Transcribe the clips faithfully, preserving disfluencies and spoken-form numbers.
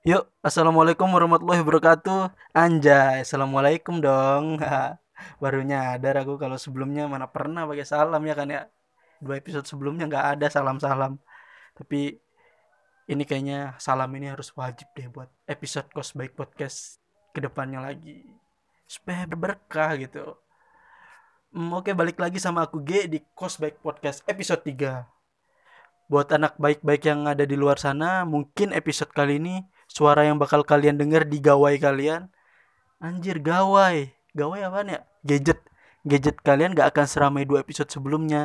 Yuk, assalamualaikum warahmatullahi wabarakatuh. Anjay, assalamualaikum dong. Baru nyadar aku kalau sebelumnya mana pernah pakai salam ya kan ya. Dua episode sebelumnya nggak ada salam-salam. Tapi ini kayaknya salam ini harus wajib deh buat episode Kos Baik Podcast kedepannya lagi. Supaya berberkah gitu. Hmm, oke, balik lagi sama aku G di Kos Baik Podcast episode tiga. Buat anak baik-baik yang ada di luar sana, mungkin episode kali ini suara yang bakal kalian denger di gawai kalian. Anjir, gawai. Gawai apaan ya? Gadget. Gadget kalian gak akan seramai dua episode sebelumnya.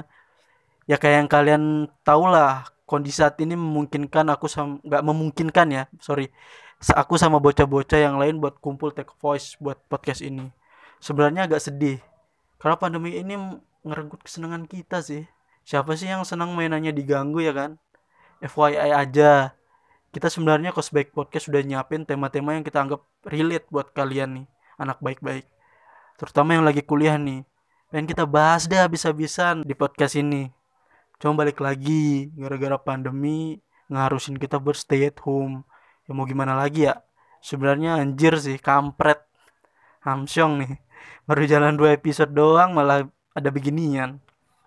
Ya kayak yang kalian tau lah, kondisi saat ini memungkinkan aku sama, gak memungkinkan ya, sorry. Aku sama bocah-bocah yang lain buat kumpul take voice buat podcast ini. Sebenarnya agak sedih. Karena pandemi ini ngerenggut kesenangan kita sih. Siapa sih yang senang mainannya diganggu ya kan? F Y I aja. Kita sebenarnya Cosback Podcast sudah nyiapin tema-tema yang kita anggap relate buat kalian nih, anak baik-baik. Terutama yang lagi kuliah nih. Pengen kita bahas deh habis-habisan di podcast ini. Cuma balik lagi, gara-gara pandemi ngarusin kita buat stay at home. Ya mau gimana lagi ya? Sebenarnya anjir sih, kampret. Hamsyong nih. Baru jalan dua episode doang malah ada beginian.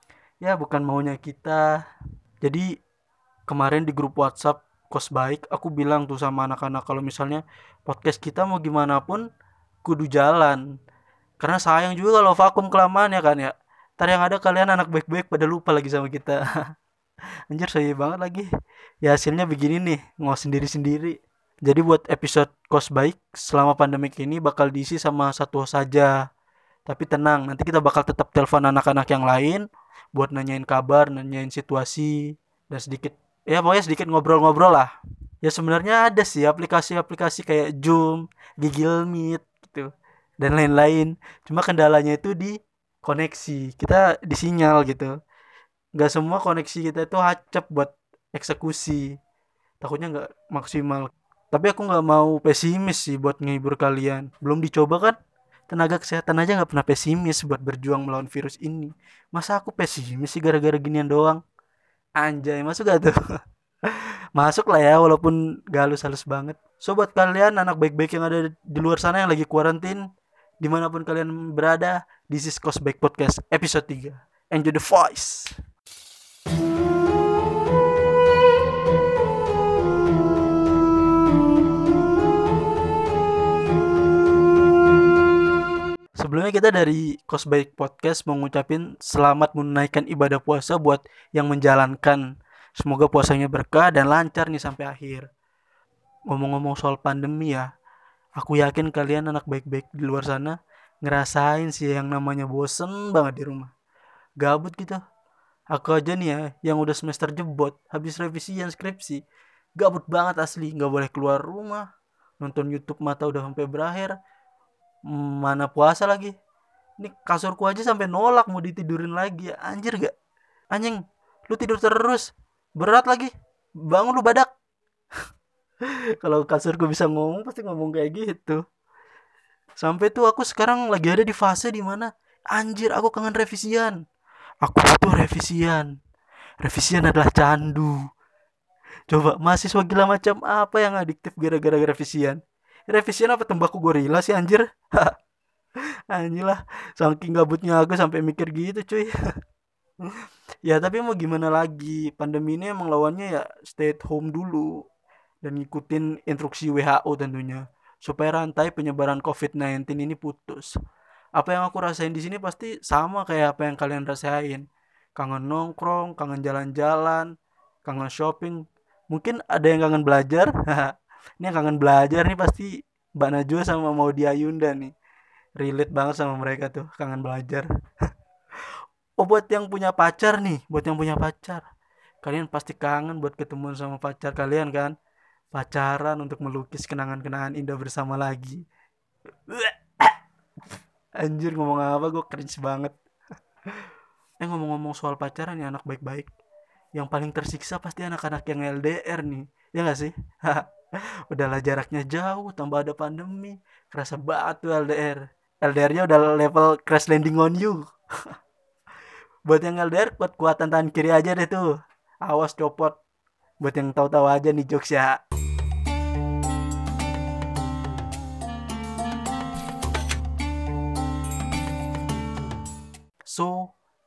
Ya bukan maunya kita. Jadi kemarin di grup WhatsApp Kos Baik aku bilang tuh sama anak-anak kalau misalnya podcast kita mau gimana pun kudu jalan. Karena sayang juga kalau vakum kelamaan ya kan ya. Ntar yang ada kalian anak baik-baik pada lupa lagi sama kita. Anjir sayang banget lagi. Ya hasilnya begini nih, ngos sendiri-sendiri. Jadi buat episode Kos Baik selama pandemik ini bakal diisi sama satu host saja. Tapi tenang, nanti kita bakal tetap telepon anak-anak yang lain buat nanyain kabar, nanyain situasi, dan sedikit ya pokoknya sedikit ngobrol-ngobrol lah. Ya sebenarnya ada sih aplikasi-aplikasi kayak Zoom, Google Meet gitu dan lain-lain. Cuma kendalanya itu di koneksi. Kita di sinyal gitu. Nggak semua koneksi kita itu hacep buat eksekusi. Takutnya nggak maksimal. Tapi aku nggak mau pesimis sih buat ngehibur kalian. Belum dicoba kan? Tenaga kesehatan aja nggak pernah pesimis buat berjuang melawan virus ini. Masa aku pesimis sih gara-gara ginian doang? Anjay, masuk gak tuh? Masuk lah ya, walaupun gak halus-halus banget. So buat kalian anak baik-baik yang ada di luar sana yang lagi kuarantin, dimanapun kalian berada, this is Cost Back Podcast episode tiga. Enjoy the voice. Sebelumnya kita dari Cost Baik Podcast mau ngucapin selamat menunaikan ibadah puasa buat yang menjalankan. Semoga puasanya berkah dan lancar nih sampai akhir. Ngomong-ngomong soal pandemi ya, aku yakin kalian anak baik-baik di luar sana ngerasain sih yang namanya bosen banget di rumah. Gabut gitu. Aku aja nih ya, yang udah semester jebot, habis revisian skripsi. Gabut banget asli, gak boleh keluar rumah. Nonton YouTube mata udah sampai berakhir. Mana puasa lagi. Ini kasurku aja sampai nolak mau ditidurin lagi ya. Anjir gak? Anjing, lu tidur terus. Berat lagi. Bangun lu badak. Kalau kasurku bisa ngomong pasti ngomong kayak gitu. Sampai tuh aku sekarang lagi ada di fase dimana anjir aku kangen revisian. Aku butuh revisian. Revisian adalah candu. Coba mahasiswa gila macam apa yang adiktif gara-gara revisian? Revisian apa tembakau gorila sih anjir? Anjir lah, saking gabutnya aku sampai mikir gitu cuy. Ya tapi mau gimana lagi, pandemi ini emang lawannya ya stay at home dulu dan ngikutin instruksi W H O tentunya supaya rantai penyebaran covid sembilan belas ini putus. Apa yang aku rasain di sini pasti sama kayak apa yang kalian rasain. Kangen nongkrong, kangen jalan-jalan, kangen shopping. Mungkin ada yang kangen belajar. Ini yang kangen belajar nih pasti Mbak Najwa sama Maudy Ayunda nih. Relate banget sama mereka tuh, kangen belajar. Oh buat yang punya pacar nih, buat yang punya pacar. Kalian pasti kangen buat ketemu sama pacar kalian kan? Pacaran untuk melukis kenangan-kenangan indah bersama lagi. Anjir ngomong apa gue cringe banget. Eh ngomong-ngomong soal pacaran ya anak baik-baik. Yang paling tersiksa pasti anak-anak yang L D R nih. Ya gak sih? Udahlah jaraknya jauh, tambah ada pandemi. Kerasa banget tuh L D R. L D R-nya udah level crash landing on you. Buat yang L D R kuat kuatan tangan kiri aja deh tuh. Awas copot. Buat yang tahu-tahu aja nih jokes ya.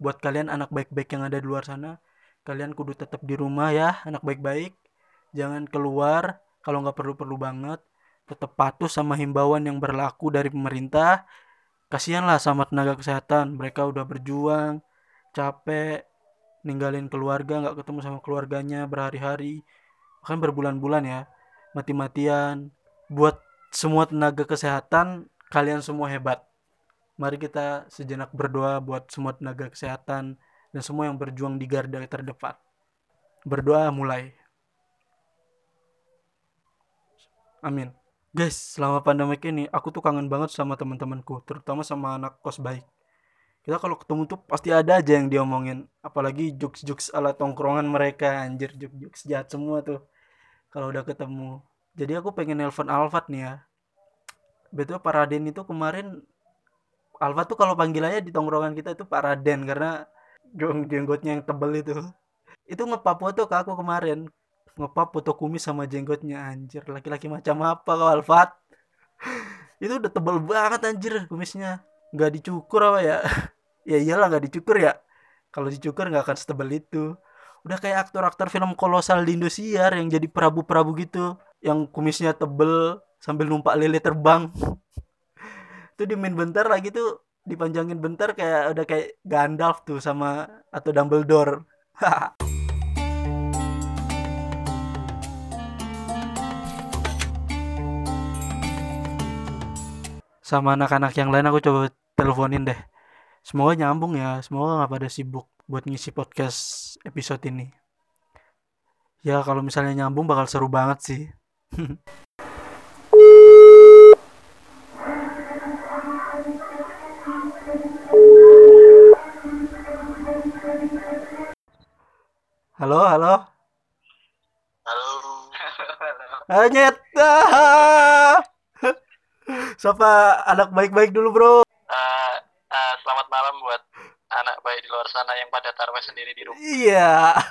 buat kalian anak baik-baik yang ada di luar sana, kalian kudu tetap di rumah ya, anak baik-baik. Jangan keluar kalau nggak perlu-perlu banget. Tetap patuh sama himbauan yang berlaku dari pemerintah. Kasihanlah sama tenaga kesehatan, mereka udah berjuang, capek, ninggalin keluarga, nggak ketemu sama keluarganya berhari-hari, bahkan berbulan-bulan ya, mati-matian. Buat semua tenaga kesehatan, kalian semua hebat. Mari kita sejenak berdoa buat semua tenaga kesehatan dan semua yang berjuang di garda terdepan. Berdoa mulai. Amin. Guys, selama pandemi ini aku tuh kangen banget sama teman-temanku, terutama sama anak kos baik. Kita kalau ketemu tuh pasti ada aja yang diomongin, apalagi jokes-jokes ala tongkrongan mereka, anjir, jokes-jokes jahat semua tuh kalau udah ketemu. Jadi aku pengen nelpon Alfat nih ya. Betul, Pak Raden itu kemarin, Alfat tuh kalau panggilannya di tongkrongan kita itu Pak Raden karena jenggotnya yang tebel itu. Itu ngepap foto ke aku kemarin. Ngepap foto kumis sama jenggotnya, anjir. Laki-laki macam apa kau Alfat? Itu udah tebel banget anjir kumisnya. Nggak dicukur apa ya? Ya iyalah nggak dicukur ya. Kalau dicukur nggak akan setebal itu. Udah kayak aktor-aktor film kolosal di Indosiar yang jadi prabu-prabu gitu, yang kumisnya tebel sambil numpak lele terbang. Itu dimain bentar lagi tuh, dipanjangin bentar kayak udah kayak Gandalf tuh sama atau Dumbledore. Sama anak-anak yang lain aku coba teleponin deh. Semoga nyambung ya, semoga nggak pada sibuk buat ngisi podcast episode ini. Ya kalau misalnya nyambung bakal seru banget sih. Halo, halo. Halo. Anyet. Ah. Siapa anak baik-baik dulu, Bro? Uh, uh, selamat malam buat anak baik di luar sana yang pada tarawih sendiri di rumah. Iya.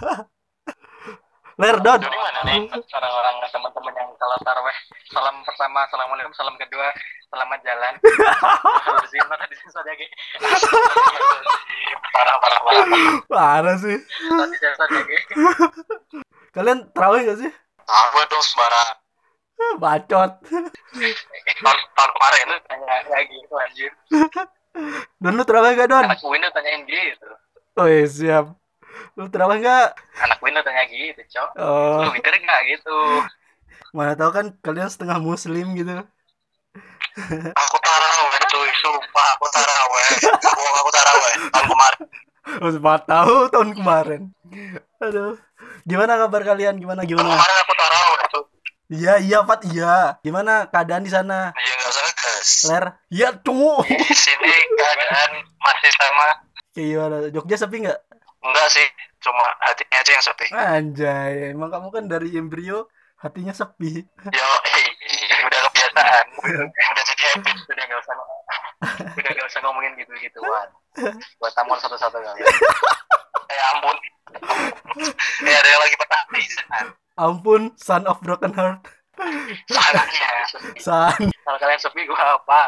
Lerdon. Jadi mana nih orang-orang teman-teman yang kalau tarawih salam pertama, assalamualaikum, salam kedua, selamat jalan. Bersihin mata di sini saja gitu. Parah parah parah. Parah sih. Tadi saya saja gitu. Kalian tarawih gak sih? Tarawih dong sembarang. Bacot. Tahun, tahun kemarin lu tanya kayak gitu anjir. Don, lu terawih gak, Don? Anak Win lu tanyain gitu. Oh iya, siap. Lu terawih gak? Anak Win lu tanya gitu, Cok. Oh. Lu witir gak gitu? Mana tahu kan kalian setengah muslim gitu. Aku tarawih tuh, sumpah aku tarawih. Aku aku tarawih tahun kemarin. Oh, sempat tahu tahun kemarin. Aduh. Gimana kabar kalian? Gimana gimana? Tahun kemarin aku tarawih tuh. Iya, iya, Fat, iya. Gimana keadaan di sana? Iya enggak usah guys. Ler? Iya, cowok. Di sini keadaan masih sama. Kayak gimana? Jogja sepi nggak? Enggak sih, cuma hatinya aja yang sepi. Anjay, emang kamu kan dari embrio hatinya sepi. Yo, eh, udah kebiasaan. Udah jadi habit, udah enggak usah udah enggak usah ngomongin gitu-gituan. Buat tamu satu-satu kali. Eh ampun. Eh ada yang lagi petani. Ampun, son of broken heart. Anaknya. San. Kalau kalian sepi gua apa?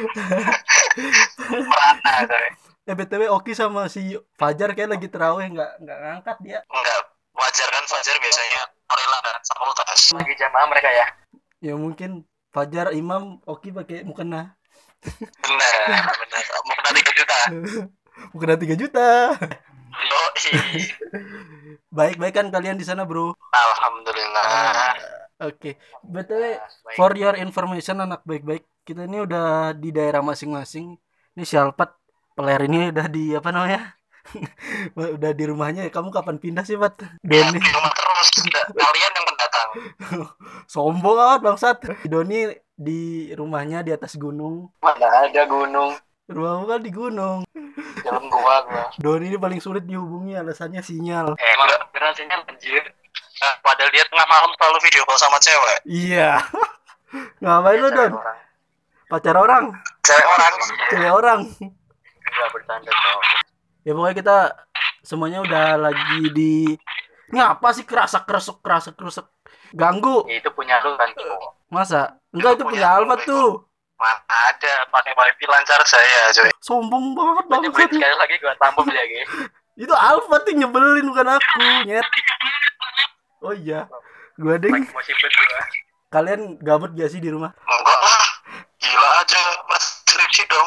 Merana coy. Eh B T W Oki sama si Fajar kayak lagi terawih nggak nggak ngangkat dia. Enggak, wajar kan Fajar biasanya rela dan fakultas. Lagi jamaah mereka ya. Ya mungkin Fajar imam, Oki pakai mukena. Benar, benar. Mukena tiga juta. Mukena tiga juta. Yo, Baik-baik kan kalian di sana, Bro? Alhamdulillah. Uh, Oke, okay. B T W for your information anak baik-baik, kita ini udah di daerah masing-masing. Ini si Alpat peler ini udah di apa namanya? Udah di rumahnya. Kamu kapan pindah sih, Pat? Doni. Ya, di rumah terus. Kalian yang pendatang. Sombong amat bangsat. Doni di rumahnya di atas gunung. Mana ada gunung. Rumahmu kan di gunung. Dalam gua gua. Doni ini paling sulit dihubungi, alasannya sinyal. Eh, enggak beneran sinyal anjir. Nah, padahal dia tengah malam selalu video call sama cewek. Iya. Ngapain lu, Don? Pacar orang? Cewek orang. Cewek orang. Enggak bercanda kok. Ya pokoknya kita semuanya udah lagi di ngapa sih kerasak keresek kerasak keresek ganggu. Ya, itu punya lu kan. Masa? Enggak, itu, itu punya Alfa tuh. Mana ada pakai wifi lancar saya, coy. Sombong banget Ini bangsat. beli sekali lagi gua tampol ya, Ge. Itu Alfa tuh nyebelin bukan aku, nyet. Oh iya. Gua ding. Lagi mau sibet gua. Kalian gabut gak sih di rumah? Enggak lah. Gila aja, Mas skripsi dong.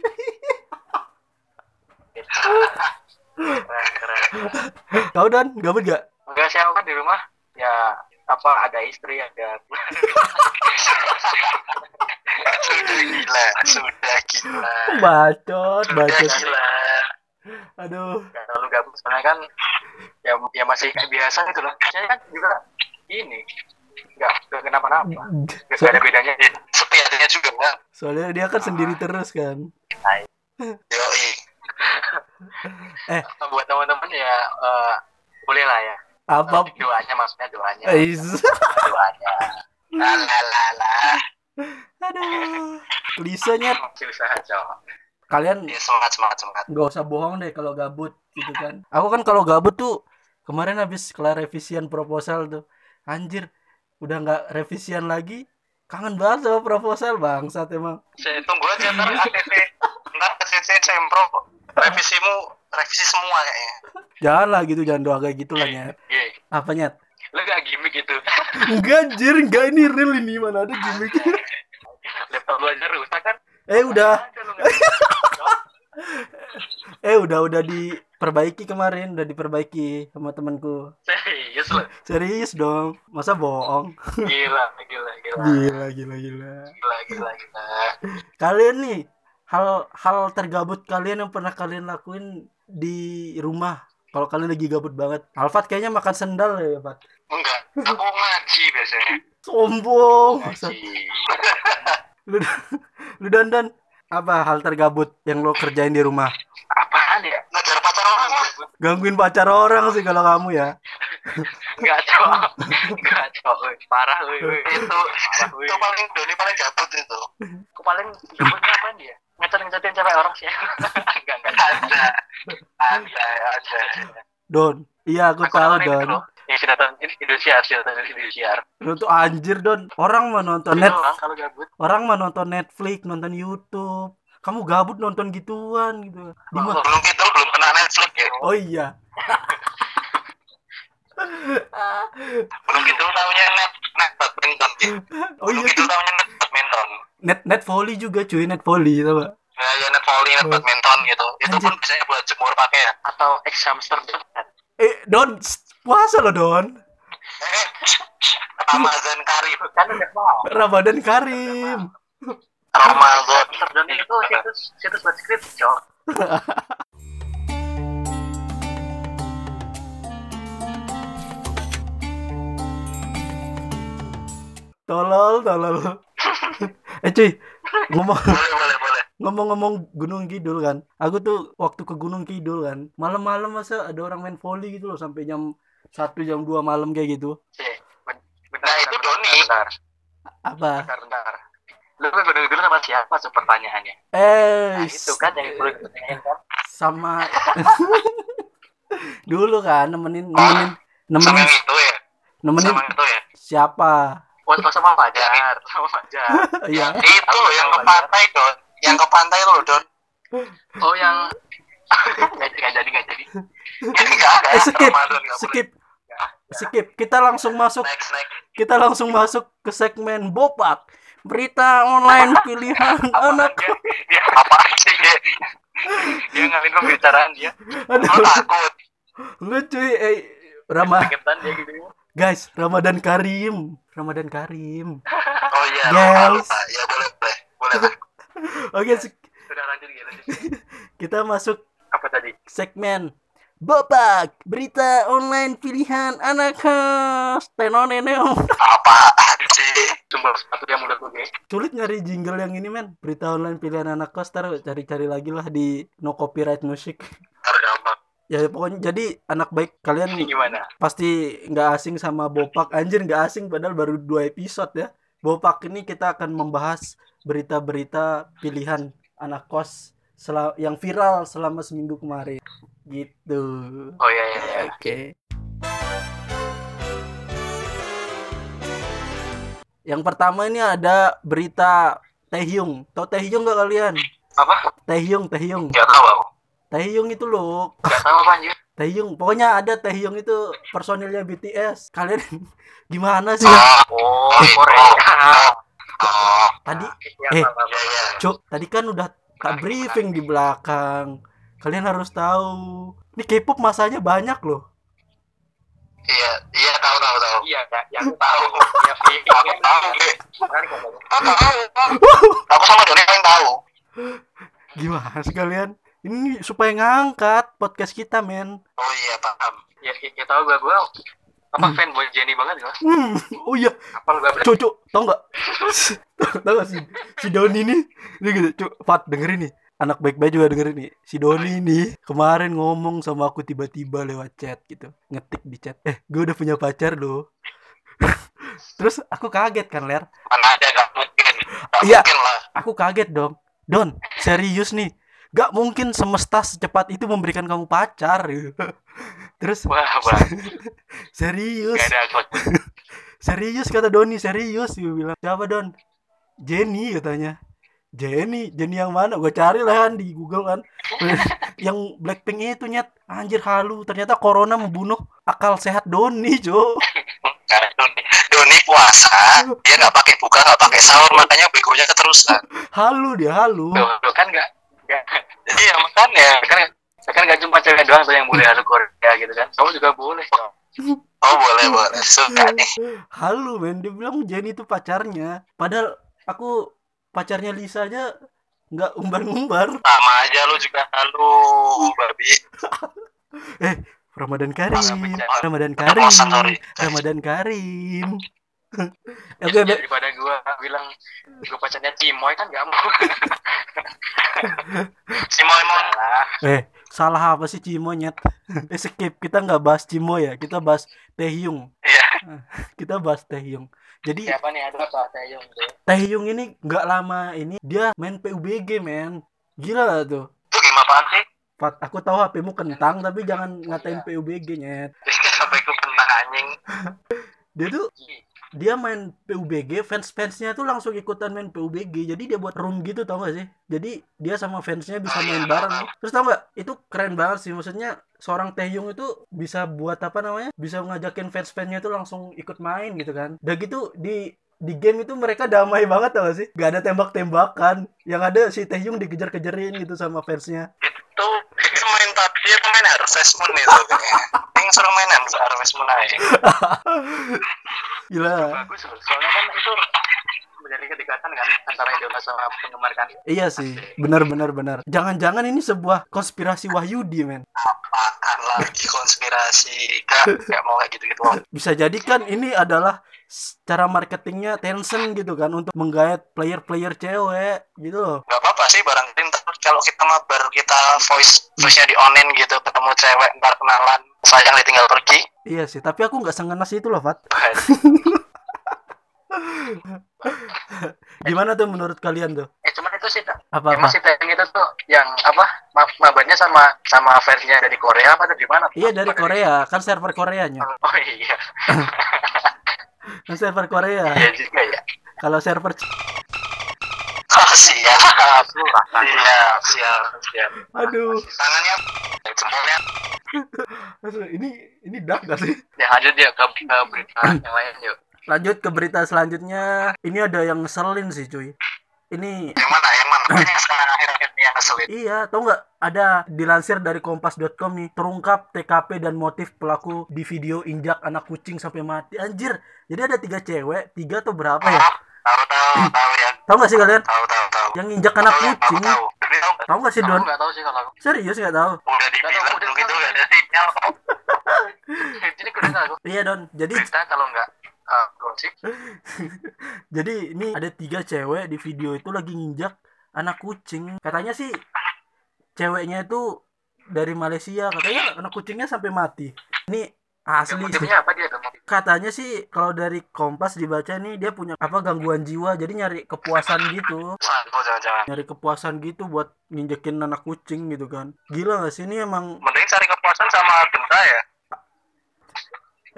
Keren, keren. Kau Dan gabut gak? Enggak sih, aku kan di rumah ya apa ada istri ada sudah gila sudah gila Bacot, sudah bacot. gila Aduh. nggak terlalu gabut soalnya kan ya ya masih kayak biasa gitu loh. Saya kan juga ini nggak nggak kenapa-napa, nggak So- ada bedanya. Setianya juga nggak. soalnya dia kan sendiri terus kan. Yoi. Eh. Buat teman-teman ya uh, boleh lah ya. Apa? Doanya maksudnya doanya. Eis. Doanya. Lalala. Aduh. Klisenya. Masih usaha cowok. Kalian Ya, semangat semangat semangat. nggak usah bohong deh kalau gabut gitu kan. Aku kan kalau gabut tuh kemarin habis kelar revisian proposal tuh. Anjir, udah nggak revisian lagi. Kangen banget sama proposal bangsat emang. Saya tunggu aja ntar A T C, ntar A T C Sempro revisimu revisi semua kayaknya. Jangan lah gitu, jangan doa kayak gitu lah Nyet. Iya. Apa Nyet? Lu gak gimmick gitu. Enggak anjir, enggak ini real ini, mana ada gimmick. Laptop lu aja rusak kan? Eh udah, Ada lu nggak- eh udah udah diperbaiki kemarin, udah diperbaiki sama temanku. Serius lu? Serius dong, masa bohong? Gila, gila, gila. Gila, gila, gila. Gila, gila, gila. Kalian nih, hal hal tergabut kalian yang pernah kalian lakuin di rumah kalau kalian lagi gabut banget. Alfat kayaknya makan sendal ya, Pat. Enggak, aku ngaji biasanya. Sombong. Ngaji. Lu lu dandan apa hal tergabut yang lo kerjain di rumah? Apaan ya? Ngejar pacar orang lah. Gangguin pacar orang sih kalau kamu ya. Enggak, cowok. Enggak, cowok. Parah, woi, woi. Itu, itu paling Doni paling gabut itu. Aku paling gabutnya apa dia? Ngecat-ngecatin cewek orang sih. Enggak, enggak. Ada. Ada, ada. Don, iya aku, Aku tahu nonton itu Don. loh. Ya sudah tonton Indosiar, sudah tonton Indosiar. Lu tuh anjir Don. Orang mah nonton Itu net, doang kalau gabut. orang mah nonton Netflix, nonton YouTube. Kamu gabut nonton gituan gitu. Di mana? Belum gitu, belum kena Netflix ya. Oh iya. Belum gitu tahunya net net badminton gitu. Oh Belum iya gitu tuh. tahunya net badminton. Net net volley juga cuy, net volley tau gak? Ya, ya net volley, net Oh. badminton gitu. Itu Anjir. pun biasanya buat jemur pakai ya. Atau ex hamster banget. Eh Don, sst, puasa loh Don. Eh, Ramadan Karim kan udah mau. Ramadan Karim. Ramadan. Dan itu situs situs buat skrip, cok. Tolol, tolol. Eh cuy, ngomong Boleh, boleh, boleh. ngomong-ngomong Gunung Kidul kan. Aku tuh waktu ke Gunung Kidul kan, malam-malam masa ada orang main volley gitu loh sampai jam satu jam dua malam kayak gitu. Cek. Nah, itu Doni. Bentar, Apa? bentar, bentar. Lu kan dulu dulu sama siapa tuh pertanyaannya? Eh, Nah, itu kan yang perlu ditanyain kan. sama dulu kan nemenin nemenin Sama nemenin yang itu ya. nemenin Sama yang itu ya. siapa? Oh, oh, sama Fajar, sama Fajar. Iya. Itu loh yang ke pantai, Don. Yang ke pantai itu loh, Don. Oh, yang nggak nggak jadi nggak jadi. Nggak ada. Eh, skip, Ramadan nggak boleh. skip, skip. Kita langsung masuk, Next, next. kita langsung masuk ke segmen Bopak. Berita online pilihan anak. Dia, dia apaan sih dia? Dia ngalamin pembicaraan dia. Lu Aduh, takut. lucu eh Rama, Kagetan dia gitu. guys, Ramadan Karim, Ramadan Karim. Oh iya, Yes. lupa, lupa. Ya boleh, boleh. Boleh lah. Oke, sek- Sudah lanjut gitu. lanjut. kita masuk Apa tadi? segmen Bopak, berita online pilihan anak kos. Tenoneneo. Apaan sih? Sumber sepatu yang mulut gue. Sulit nyari jingle yang ini men. Berita online pilihan anak kos, tar cari-cari lagi lah di no copyright music. Tergampang. Ya pokoknya jadi anak baik kalian Gimana? pasti nggak asing sama Bopak. Anjir nggak asing padahal baru dua episode ya. Bopak ini kita akan membahas berita-berita pilihan anak kos sel- yang viral selama seminggu kemarin. Gitu. Oh iya iya iya. Oke. Yang pertama ini ada berita Taehyung. Tahu Taehyung nggak kalian? Apa? Taehyung, Taehyung. Gak tahu aku. Taehyung itu loh. Gak tahu apa anjir. Taehyung. Pokoknya ada Taehyung itu personilnya B T S. Kalian gimana sih? Oh, oh Korea. Oh. Tadi Ya, eh, ya, ya. Cuk, tadi kan udah tak briefing di belakang. Kalian harus tahu. Ini K-pop masanya banyak loh. Iya, iya tahu tahu tahu. Iya, yang tahu. Iya, aku tahu. Aku tahu. Aku sama Doni yang tahu. Gimana sih kalian? Ini supaya ngangkat podcast kita, men. Oh iya, paham. Ya, ya tahu gua gua apa hmm. fanboy Jennie banget gua. Hmm. Oh iya. Apa gua Cuk, tau enggak? Tau gak sih si Doni nih? Ini gitu, Cuk, Fat dengerin nih. Anak baik-baik juga dengerin nih. Si Doni nih kemarin ngomong sama aku tiba-tiba lewat chat gitu. Ngetik di chat. Eh, gue udah punya pacar loh. Terus aku kaget kan, Ler. Mana ada gak mungkin. Gak iya, mungkin lah. Aku kaget dong. Don, serius nih. Gak mungkin semesta secepat itu memberikan kamu pacar. Terus wah, wah. Serius. Gak ada aku. Serius kata Doni, serius. Gue bilang, siapa Don? Jennie katanya. Jennie, Jennie yang mana? Gue cari lah kan di Google kan. Yang Blackpink itu nyet. Anjir halu. Ternyata corona membunuh akal sehat Doni, Jo. Doni, Doni puasa. Dia nggak pakai buka, nggak pakai sahur, makanya begonya keterusan. Halu dia halu. Loh, loh kan nggak? Jadi ya makanya kan kan nggak cuma cewek doang tuh yang boleh halu Korea gitu kan. Kamu juga boleh. Oh boleh boleh. Suka nih. Halu men, dia bilang Jennie itu pacarnya. Padahal aku pacarnya Lisa aja nggak umbar-umbar. Sama aja lu juga halu, babi. eh, Ramadan Karim, Ramadan Karim, Ramadan Karim. Oke, okay, daripada gue bilang gue pacarnya Cimoy kan gak mau. Cimoy mau lah. Eh, salah apa sih Cimoy nyet? Eh, skip, kita nggak bahas Cimoy ya, kita bahas Taehyung. Iya. Kita bahas Taehyung. Jadi siapa nih ada apa Taehyung tuh? Taehyung ini nggak lama ini dia main P U B G men, gila tuh. Itu game apaan sih? Pat, aku tahu H P-mu kentang tapi jangan ngatain P U B G nyet. H P-ku kentang anjing. Dia tuh dia main P U B G, fans-fansnya tuh langsung ikutan main P U B G. Jadi dia buat room gitu, tau gak sih? Jadi dia sama fansnya bisa main bareng. Terus tau gak? Itu keren banget sih. Maksudnya seorang Taehyung itu bisa buat apa namanya? Bisa ngajakin fans-fansnya itu langsung ikut main gitu kan. Udah gitu di di game itu mereka damai banget tau gak sih? Gak ada tembak-tembakan. Yang ada si Taehyung dikejar-kejarin gitu sama fansnya. Itu itu main taksi atau main Harvest Moon itu kayaknya. Yang suruh mainan Harvest Moon aja. Gila. Bagus loh. Soalnya kan itu menjadi kedekatan kan antara idola sama penggemar kan. Iya sih, benar benar benar. Jangan-jangan ini sebuah konspirasi Wahyudi, men. Apaan lagi konspirasi? Gak, gak mau kayak gitu-gitu. Bisa jadi kan ini adalah cara marketingnya Tencent gitu kan untuk menggait player-player cewek gitu loh. Gak apa-apa sih barangkali kalau kita mabar kita voice voice-nya di onin gitu ketemu cewek ntar kenalan sayang ditinggal pergi. Iya sih, tapi aku nggak sengenas itu loh, Fat. Gimana tuh menurut kalian tuh? Eh cuman itu sih apa apa? Masih tayang itu tuh yang apa? Mabarnya sama sama versinya dari Korea apa dari mana? Iya dari Korea, kan server Koreanya. Oh iya. Kan server Korea. Iya juga ya. Kalau server oh, siap. Siap, siap, siap. Aduh. Tangannya jempolnya. ini ini dark gak sih? Ya lanjut ya ke, ke berita yang lain yuk. Lanjut ke berita selanjutnya. Ini ada yang ngeselin sih cuy. Ini yang mana? Yang mana? Yang sekarang akhir-akhir ini yang ngeselin. Iya, tau nggak? Ada dilansir dari kompas dot com nih. Terungkap T K P dan motif pelaku di video injak anak kucing sampai mati. Anjir. Jadi ada tiga cewek, tiga atau berapa ya? Tahu tahu tahu ya. Tahu nggak sih kalian? Tahu tahu tahu. Yang injak anak tahu, kucing. Tahu. Tahu, tahu nggak sih Don? Nggak tahu sih kalau aku. Serius nggak tahu? Udah dibilang dulu gitu nggak ada sinyal. Jadi kurang tahu. Iya Don. Jadi berita kalau nggak uh, jadi ini ada tiga cewek di video itu lagi nginjak anak kucing. Katanya sih ceweknya itu dari Malaysia. Katanya anak kucingnya sampai mati. Ini asli sih. Apa dia katanya sih kalau dari Kompas dibaca nih dia punya apa gangguan jiwa jadi nyari kepuasan gitu. Oh, jangan-jangan. Nyari kepuasan gitu buat nginjekin anak kucing gitu kan. Gila gak sih ini emang. Mending cari kepuasan sama benda ya.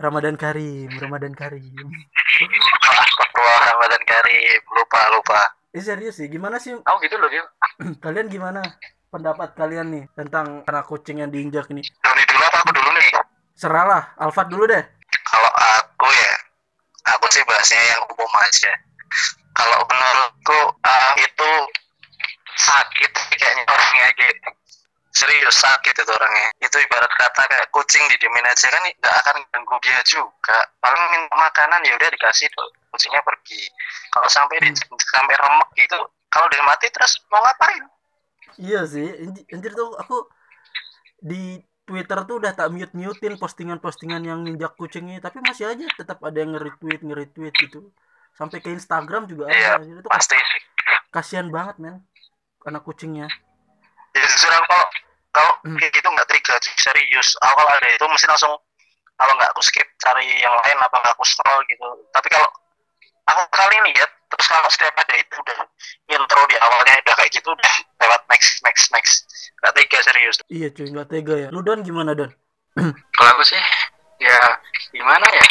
Ramadan Karim, Ramadan Karim. Astagfirullah, Ramadan Karim. Lupa, lupa. Ini serius sih, gimana sih Tahu gitu loh dia. kalian gimana pendapat kalian nih tentang anak kucing yang diinjak ini? Doni dulu apa aku dulu nih? Seralah, Alfat dulu deh. Kalau aku ya, aku sih bahasnya yang umum aja. Kalau menurutku uh, itu sakit kayaknya orangnya gitu. Serius sakit itu orangnya. Itu ibarat kata kayak kucing didiemin aja kan nggak akan ganggu dia juga. Paling minta makanan ya udah dikasih tuh, kucingnya pergi. Kalau sampai di, sampai remek gitu, kalau dia mati terus mau ngapain? Iya sih, anj- anjir tuh aku di Twitter tuh udah tak mute-mutein postingan-postingan yang ninjak kucing ini, tapi masih aja tetap ada yang nge-retweet, nge-retweet gitu. Sampai ke Instagram juga Iya ada. Jadi tuh kas- pasti sih. kasihan banget men anak kucingnya. Ya jujur aku kalau kalau kayak gitu nggak trigger serius. Aku kalau ada itu mesti langsung, kalau nggak aku skip cari yang lain apa nggak aku scroll gitu. Tapi kalau aku kali ini ya, terus kalau setiap ada itu udah intro di awalnya udah kayak gitu udah lewat next next next, nggak tega serius. Iya cuy, nggak tega ya. Lu Don gimana Don? Kalau aku sih ya gimana ya,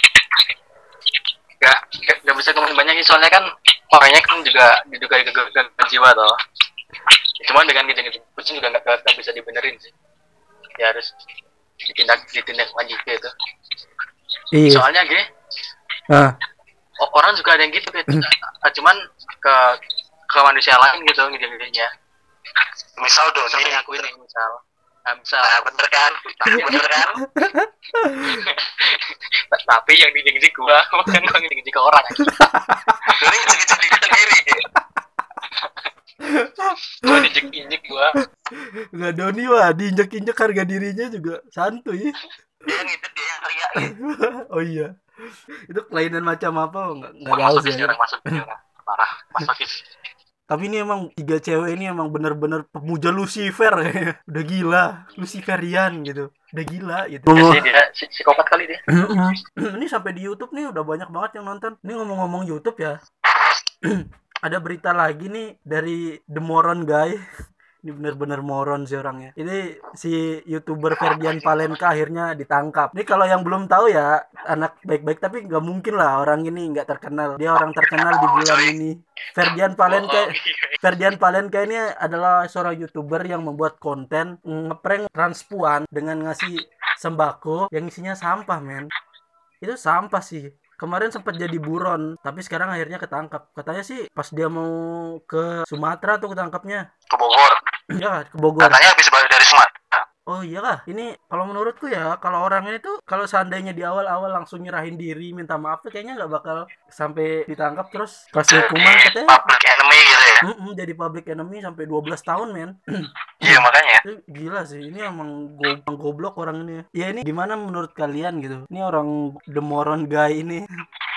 nggak nggak bisa ngomong banyak sih soalnya kan orangnya kan juga juga gangguan jiwa toh. Cuman dengan gitu kucing juga nggak bisa dibenerin sih, ya harus ditindak ditindak lanjut gitu. Iya. Soalnya gitu Ah. orang juga ada yang gitu gitu. Cuman ke ke manusia lain gitu gitu-gitunya. Misal dong ini aku ini misal nah, misal nah, bener kan bener kan tapi yang dijengik gua bukan yang dijengik ke orang. Doni dijengik diri sendiri gua dijengik gua Nggak Doni wah, diinjek-injek harga dirinya juga santuy. dia yang itu dia yang teriak ya. Oh iya. Itu kelainan macam apa nggak nggak tahu sih. Orang masuk orang parah masukis. Tapi ini emang tiga cewek ini emang bener-bener pemuja Lucifer ya. Udah gila, Luciferian gitu. Udah gila gitu. Ya sih dia psikopat kali dia. Ini sampai di YouTube nih udah banyak banget yang nonton. Ini ngomong-ngomong YouTube ya. Ada berita lagi nih dari The Moron Guy. Ini bener-bener moron sih orangnya. Ini si YouTuber Ferdian Palenka akhirnya ditangkap. Ini kalau yang belum tahu ya, anak baik-baik tapi nggak mungkin lah orang ini nggak terkenal. Dia orang terkenal di bulan ini. Ferdian Palenka, Ferdian Palenka ini adalah seorang YouTuber yang membuat konten ngeprank transpuan dengan ngasih sembako yang isinya sampah, men. Itu sampah sih. Kemarin sempat jadi buron, tapi sekarang akhirnya ketangkap. Katanya sih pas dia mau ke Sumatera tuh ketangkapnya. Ke Bogor. Ya, ke Bogor. Katanya habis balik dari Sumatera. Oh iya kah? Ini kalau menurutku ya, kalau orang ini tuh kalau seandainya di awal-awal langsung nyerahin diri, minta maaf tuh kayaknya nggak bakal sampai ditangkap terus kasih hukuman katanya. Public enemy gitu ya. Mm-mm, jadi public enemy sampai dua belas tahun, men. Iya makanya. Itu gila sih. Ini emang go- goblok orang ini. Ya ini gimana menurut kalian gitu? Ini orang The Moron Guy ini.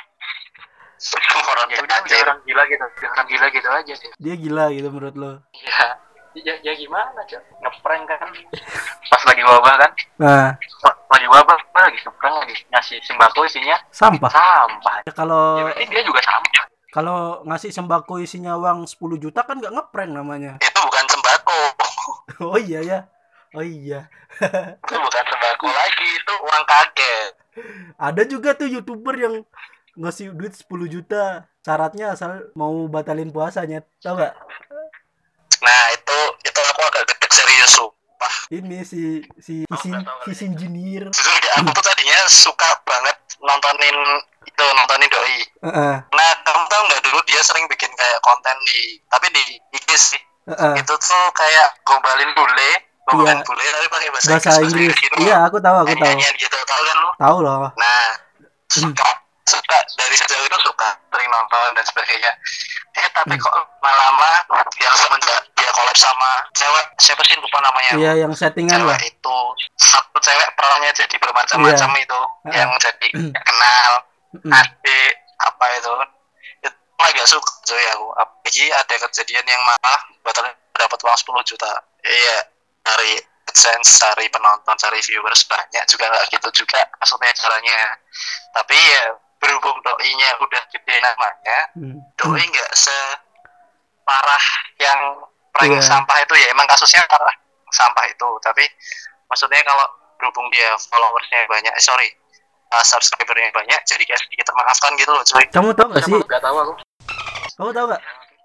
Orang ya, udah, udah orang gila gitu, orang gila gitu aja sih. Dia gila gitu menurut lo? Ya, ya, ya gimana cok? Ngeprank kan? Pas lagi wabah kan? Nah, lagi wabah lagi ngeprank lagi ngasih sembako isinya sampah. Sampah. Ya, kalau ya, berarti dia juga sampah. Kalau ngasih sembako isinya uang sepuluh juta kan nggak ngeprank namanya. Itu bukan sembako. Oh iya ya. Oh iya. Itu bukan sembako lagi, itu uang kaget. Ada juga tuh YouTuber yang ngasih duit sepuluh juta, syaratnya asal mau batalin puasanya, tau gak? Nah itu itu aku agak gede serius sumpah. Ini si si si, si, si Sinjinir. Jujur ya, aku tuh tadinya suka banget nontonin itu nontonin doi. Uh-uh. Nah kamu tahu nggak dulu dia sering bikin kayak konten di tapi di I G sih. Uh-uh. Itu tuh kayak gombalin bule, gombalin yeah. bule tapi pakai bahasa, bahasa Inggris. Inggris. Gitu. Iya aku tahu aku tahu. Gitu tahu kan lo? Tahu loh. Nah suka suka dari sejauh itu suka sering nonton dan sebagainya. Eh tapi kok lama-lama yang semenjak dia collab sama cewek siapa sih lupa namanya. Iya yang settingan cewek lah. Itu satu cewek perannya jadi bermacam-macam yeah. Itu uh-huh. Yang jadi kenal uh-huh. adik apa itu itu agak suka cuy aku. Apalagi ada kejadian yang malah batal dapat uang sepuluh juta. Iya dari AdSense, cari penonton, cari viewers banyak juga nggak gitu juga maksudnya caranya. Tapi ya berhubung doinya udah gede namanya, hmm. doi nggak separah yang prank yeah. sampah itu ya. Emang kasusnya parah sampah itu, tapi maksudnya kalau berhubung dia followersnya banyak, eh, sorry uh, subscribernya banyak, jadi kayak sedikit termaafkan gitu loh cuy. Kamu tahu nggak sih? Nggak tahu aku. Kamu tahu nggak?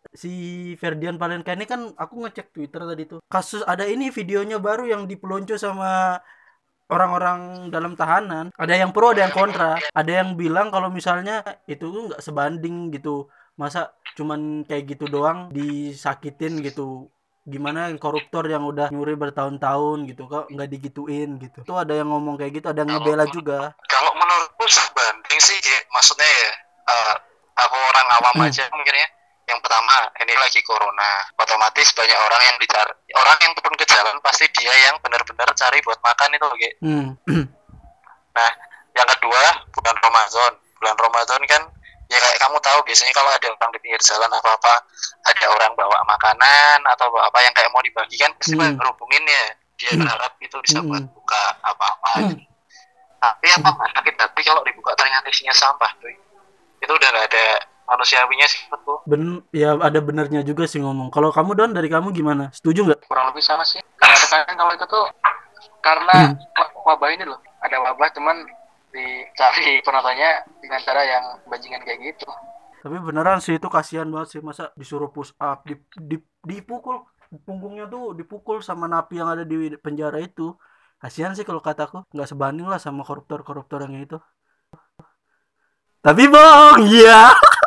Si Ferdian Paleka ini kan aku ngecek Twitter tadi tuh. Kasus ada ini videonya baru yang dipelonco sama orang-orang dalam tahanan. Ada yang pro, ada yang kontra. Ada yang bilang kalau misalnya itu tuh nggak sebanding gitu. Masa cuman kayak gitu doang disakitin gitu. Gimana yang koruptor yang udah nyuri bertahun-tahun gitu kok nggak digituin gitu. Tuh ada yang ngomong kayak gitu, ada yang Kalau ngebela juga. kalau menurutku sebanding sih, kayak, maksudnya ya, uh, aku orang awam Hmm. aja mikirnya. Yang pertama, ini lagi corona, otomatis banyak orang yang dicari, orang yang turun ke jalan pasti dia yang benar-benar cari buat makan itu, kayak. Hmm. Nah, yang kedua, bulan Ramadan. Bulan Ramadan kan, ya kayak kamu tahu biasanya kalau ada orang di pinggir jalan apa-apa, ada orang bawa makanan atau bawa apa yang kayak mau dibagikan, pasti Hmm. berhubungin ya. Dia berharap itu bisa Hmm. buat buka apa-apa. Tapi apa nggak sakit hati kalau dibuka ternyata isinya sampah, tuh. Itu udah nggak ada manusiawinya sih menurutku. Ben, ya ada benernya juga sih ngomong. Kalau kamu Don, dari kamu gimana? Setuju nggak? Kurang lebih sama sih. Karena kadang kalau itu tuh karena wabah ini loh, ada wabah cuman dicari penontonnya dengan cara yang bajingan kayak gitu. Tapi beneran sih itu kasihan banget sih, masa disuruh push up, di, di, dipukul punggungnya tuh dipukul sama napi yang ada di penjara itu. Kasihan sih kalau kataku, nggak sebanding lah sama koruptor-koruptor yang itu. Tapi bohong, iya.